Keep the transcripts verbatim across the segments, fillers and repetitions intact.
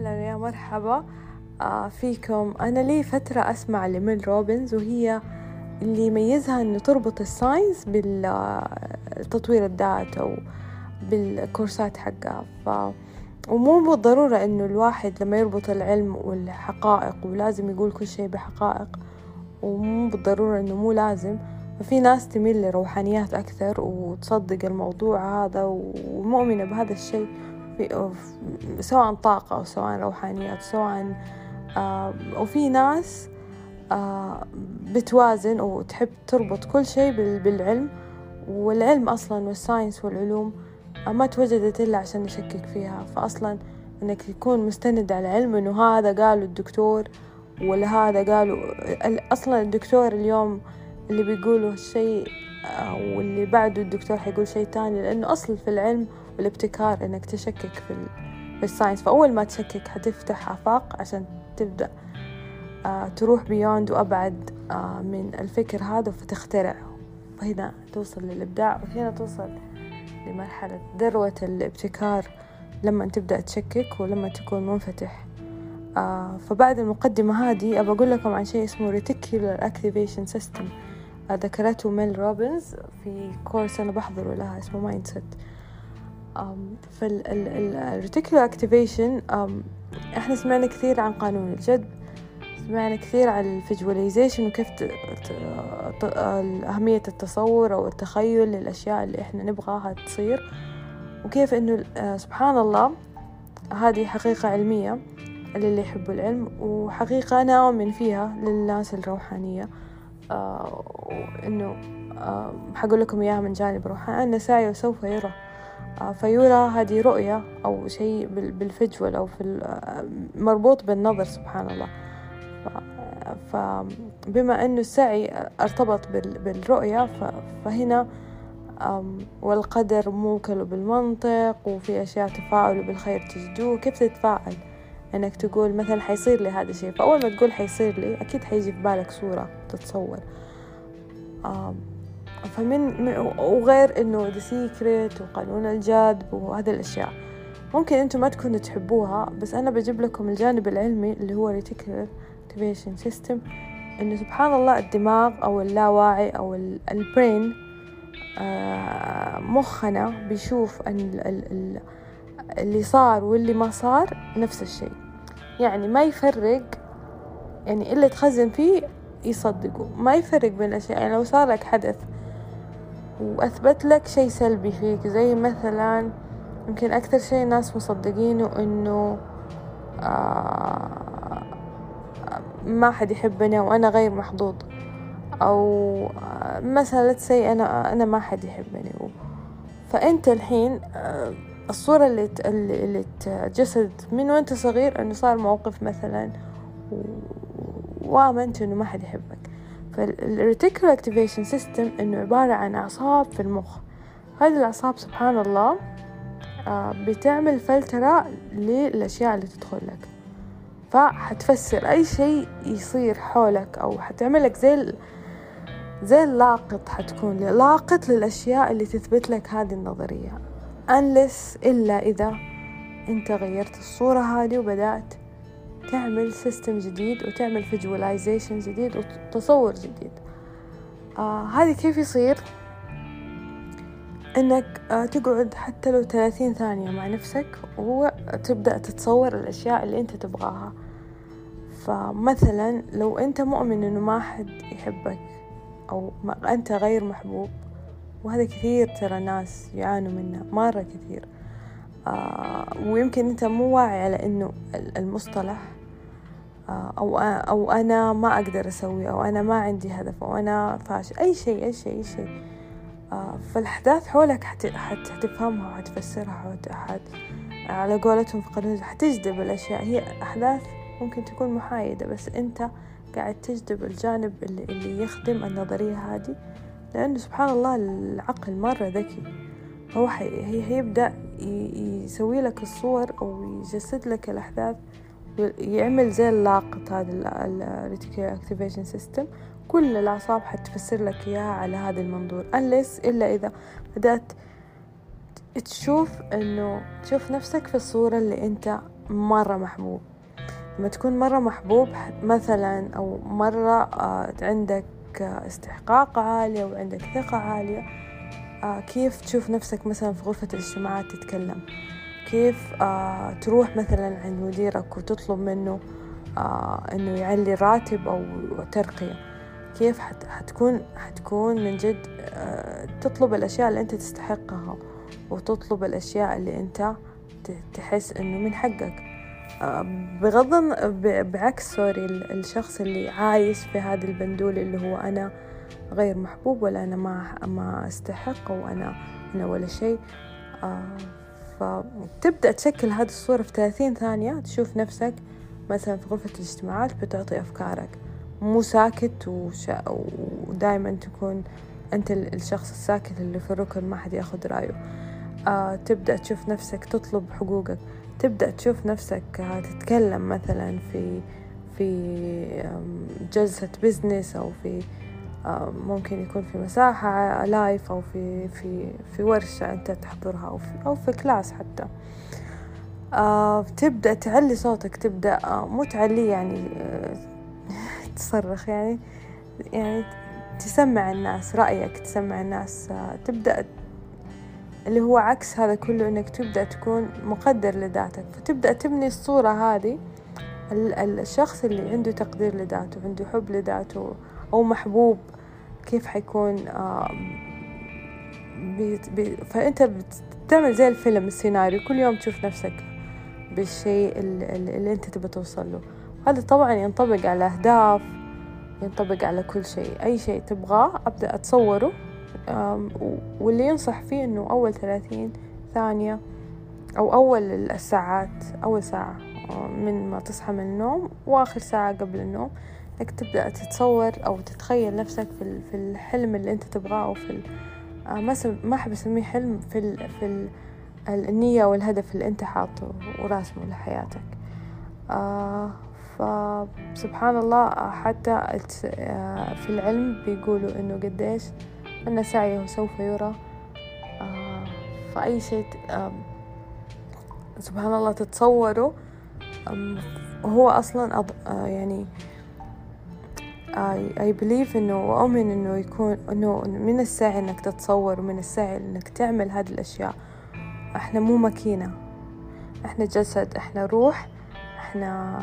أهلا يا مرحبا آه فيكم. أنا لي فترة أسمع لميل روبنز، وهي اللي يميزها أنه تربط الساينس بالتطوير الذات أو بالكورسات حقها. ف ومو بالضرورة أنه الواحد لما يربط العلم والحقائق ولازم يقول كل شيء بحقائق، ومو بالضرورة أنه مو لازم. ففي ناس تميل لروحانيات أكثر وتصدق الموضوع هذا ومؤمنة بهذا الشيء، في سواء طاقة أو سواء روحانيات سواء آه وفي ناس آه بتوازن وتحب تربط كل شيء بالعلم. والعلم أصلا والساينس والعلوم ما توجدت إلا عشان نشكك فيها. فأصلا إنك يكون مستند على علم إنه هذا قاله الدكتور ولا هذا قاله أصلا الدكتور اليوم اللي بيقوله الشيء واللي بعده الدكتور حيقول شيء تاني، لأنه أصل في العلم والابتكار إنك تشكك في في الساينس. فأول ما تشكك هتفتح آفاق عشان تبدأ آه تروح بيوند وأبعد آه من الفكر هذا فتخترع، وهنا توصل للإبداع، وهنا توصل لمرحلة ذروة الابتكار لما تبدأ تشكك ولما تكون منفتح. آه فبعد المقدمة هذه أبى أقول لكم عن شيء اسمه Reticular Activation System، آه ذكرته ميل روبنز في كورس أنا بحضره لها اسمه Mindset. فالريتيكولار اكتيفيشن احنا سمعنا كثير عن قانون الجذب، سمعنا كثير عن الفيجواليزيشن وكيف ت... ت... ت... أهمية التصور أو التخيل للأشياء اللي احنا نبغاها تصير، وكيف انه سبحان الله هذه حقيقة علمية للي يحبوا العلم، وحقيقة أنا أؤمن فيها للناس الروحانية. آه إنه آه حقول لكم إياها من جانب روحاني، أن سعيه سوف يرى. فيرى هذه رؤية أو شيء بالفجوة أو في مربوط بالنظر سبحان الله. فبما أنه السعي ارتبط بالرؤية فهنا والقدر موكل بالمنطق، وفي أشياء تفاعل بالخير تجدوه. كيف تتفاعل؟ أنك تقول مثلا حيصير لي هذا الشيء، فأول ما تقول حيصير لي أكيد حيجي في بالك صورة تتصور. فمن وغير إنه The Secret وقانون الجذب وهذه الأشياء ممكن أنتم ما تكونوا تحبوها، بس أنا بجيب لكم الجانب العلمي اللي هو Reticular Activation System. إنه سبحان الله الدماغ أو اللاواعي أو البرين مخنا بيشوف أن اللي صار واللي ما صار نفس الشيء، يعني ما يفرق، يعني اللي تخزن فيه يصدقه، ما يفرق بين الأشياء. يعني لو صار لك حدث وأثبت لك شيء سلبي فيك، زي مثلا يمكن أكثر شيء ناس مصدقينه إنه آه ما حد يحبني وأنا غير محظوظ، أو آه مثلا تسي أنا أنا ما حد يحبني. فأنت الحين آه الصورة اللي اللي تجسد من وأنت صغير إنه صار موقف مثلا وآمنت إنه ما حد يحبك. فالريتيكولار اكتيفيشن سيستم إنه عبارة عن أعصاب في المخ. هذه الأعصاب سبحان الله بتعمل فلترة للأشياء اللي تدخل لك، فحتفسر أي شيء يصير حولك، أو حتعملك زي زي اللاقط، حتكون لاقط للأشياء اللي تثبت لك هذه النظرية، unless إلا إذا أنت غيرت الصورة هذه وبدأت تعمل سيستم جديد وتعمل فيجواليزيشن جديد وتصور جديد. آه هذه كيف يصير؟ إنك آه تقعد حتى لو ثلاثين ثانية مع نفسك وتبدأ تتصور الأشياء اللي أنت تبغاها. فمثلا لو أنت مؤمن إنه ما حد يحبك أو ما أنت غير محبوب، وهذا كثير ترى ناس يعانوا منه مرة كثير، آه ويمكن أنت مو واعي على إنه المصطلح آه أو أو أنا ما أقدر أسوي، أو أنا ما عندي هدف، أو أنا فاشل، أي شيء أي شيء أي شيء. آه فالأحداث حولك حت حتفهمها وحتفسرها وحت على قولتهم في قانون حتجذب الأشياء. هي أحداث ممكن تكون محايدة، بس أنت قاعد تجذب الجانب اللي اللي يخدم النظرية هذه، لأنه سبحان الله العقل مرة ذكي، هو هي هيبدأ يسوي لك الصور أو يجسد لك الأحداث، يعمل زي اللاقط هذا ال Reticular Activation System. كل الأعصاب حتفسر لك إياها على هذا المنظور، unless إلا إذا بدأت تشوف إنه تشوف نفسك في الصورة اللي أنت مرة محبوب. لما تكون مرة محبوب مثلا أو مرة عندك استحقاق عالية وعندك ثقة عالية، كيف تشوف نفسك مثلا في غرفة الاجتماعات تتكلم، كيف تروح مثلا عند مديرك وتطلب منه إنه يعلي راتب أو ترقية، كيف حتكون حتكون من جد تطلب الأشياء اللي أنت تستحقها، وتطلب الأشياء اللي أنت تحس إنه من حقك، بغض بعكس سوري الشخص اللي عايش في هذا البندول اللي هو أنا غير محبوب، ولا أنا ما ما أستحق، وأنا أنا ولا شيء. فتبدأ تشكل هذه الصورة في ثلاثين ثانية. تشوف نفسك مثلا في غرفة الاجتماعات بتعطي أفكارك، مو ساكت وش... ودائما تكون أنت الشخص الساكت اللي في الركن ما حد يأخذ رأيه. آه، تبدأ تشوف نفسك تطلب حقوقك، تبدأ تشوف نفسك تتكلم مثلا في في جلسة بيزنس، أو في ممكن يكون في مساحة لايف، أو في في في ورشة أنت تحضرها، أو في أو في كلاس حتى. آه، تبدأ تعلي صوتك، تبدأ آه مو تعلي يعني آه تصرخ، يعني يعني تسمع الناس رأيك، تسمع الناس. آه تبدأ اللي هو عكس هذا كله، إنك تبدأ تكون مقدر لذاتك، فتبدأ تبني الصورة هذه. الشخص اللي عنده تقدير لذاته، عنده حب لذاته أو محبوب، كيف حيكون؟ آه بي بي فأنت بتعمل زي الفيلم، السيناريو، كل يوم تشوف نفسك بالشيء اللي, اللي أنت تبي توصل له. هذا طبعا ينطبق على أهداف، ينطبق على كل شيء. أي شيء تبغاه أبدأ أتصوره، واللي ينصح فيه إنه أول ثلاثين ثانية أو أول الساعات، أول ساعة من ما تصحى من النوم وآخر ساعة قبل النوم، إنك تبدأ تتصور أو تتخيل نفسك في في الحلم اللي أنت تبغاه، أو في ما ما أحب أسميه حلم، في ال في ال النية والهدف اللي أنت حاطه وراسمه لحياتك. آه فسبحان الله، حتى في العلم بيقولوا إنه قديش أن سعيه سوف يرى. آه فأي شيء آه سبحان الله تتصوره هو أصلا آه يعني I believe إنه وأؤمن إنه يكون إنه من السعي إنك تتصور، ومن السعي إنك تعمل هذه الأشياء. إحنا مو ماكينة، إحنا جسد، إحنا روح، إحنا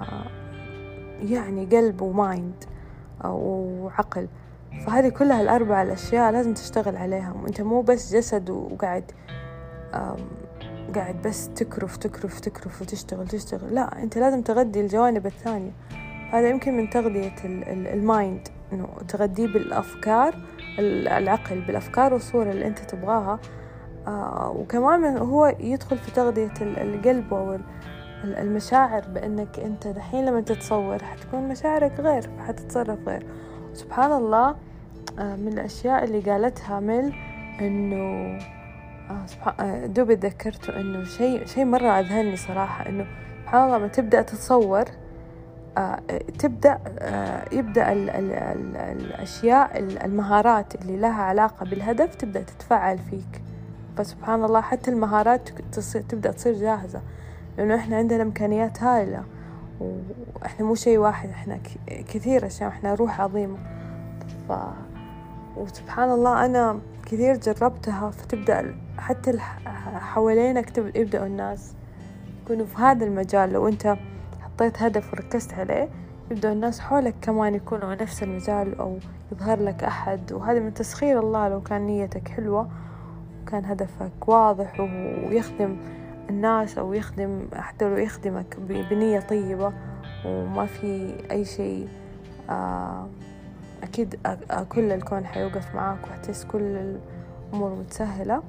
يعني قلب ومايند وعقل. فهذه كلها الأربع الأشياء لازم تشتغل عليها. وأنت مو بس جسد وقاعد قاعد بس تكرف تكرف تكرف وتشتغل تشتغل لا، أنت لازم تغذي الجوانب الثانية. هذا يمكن من تغذية المايند، إنه تغذيه بالأفكار، العقل بالأفكار والصورة اللي أنت تبغاها. آه وكمان من هو يدخل في تغذية القلب أو المشاعر، بأنك أنت دحين لما تتصور حتكون مشاعرك غير، حتتصرف غير. سبحان الله، آه من الأشياء اللي قالتها ميل إنه آه سبحان دوبي ذكرته إنه شيء شيء مرة أذهلني صراحة، إنه سبحان الله لما تبدأ تتصور آه تبدأ آه يبدأ ال ال ال الأشياء المهارات اللي لها علاقة بالهدف تبدأ تتفعل فيك. فسبحان الله حتى المهارات تصير تبدأ تصير جاهزة، لأنه إحنا عندنا إمكانيات هائلة، وإحنا مو شيء واحد، إحنا كثير أشياء، إحنا روح عظيمة. ف وسبحان الله أنا كثير جربتها. فتبدأ حتى حوالينك يبدأوا الناس يكونوا في هذا المجال. لو أنت حطيت هدف وركزت عليه، يبدأ الناس حولك كمان يكونوا نفس المجال، أو يظهر لك أحد. وهذا من تسخير الله، لو كان نيتك حلوة وكان هدفك واضح ويخدم الناس، أو يخدم حتى لو يخدمك بنية طيبة وما في أي شيء، آه أكيد كل الكون حيوقف معاك وحتحس كل الأمور متسهلة.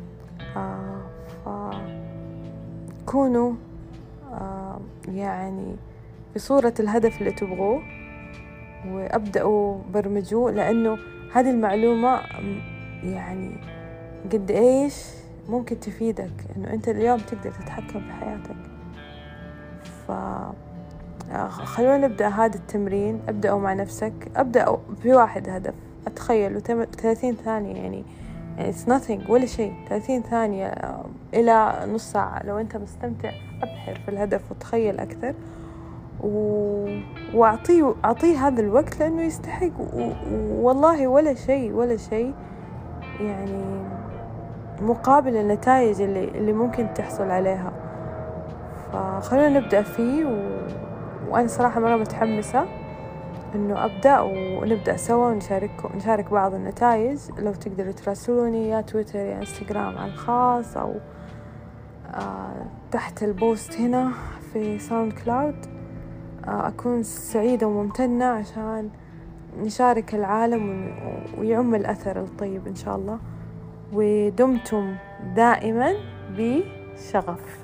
آه فكونوا آه يعني بصورة الهدف اللي تبغوه، وأبدأوا برمجوه، لأنه هذه المعلومة يعني قد إيش ممكن تفيدك، إنه أنت اليوم تقدر تتحكم في حياتك. ف خلونا نبدأ هذا التمرين. أبدأوا مع نفسك، أبدأوا بواحد هدف، أتخيلوا ثلاثين ثانية، يعني يعني it's nothing ولا شيء. ثلاثين ثانية إلى نص ساعة لو أنت مستمتع، أبحر في الهدف وتخيل أكثر، و... وأعطيه أعطيه هذا الوقت لأنه يستحق. و... والله ولا شيء ولا شيء يعني مقابل النتائج اللي اللي ممكن تحصل عليها. فخلونا نبدأ فيه، و... وأنا صراحة مرة متحمسة إنه أبدأ ونبدأ سوا ونشارك نشارك بعض النتائج. لو تقدروا تراسلوني يا تويتر يا انستغرام على الخاص، أو آه تحت البوست هنا في ساوند كلاود، آه أكون سعيدة وممتنة عشان نشارك العالم ويعم الأثر الطيب إن شاء الله. ودمتم دائما بشغف.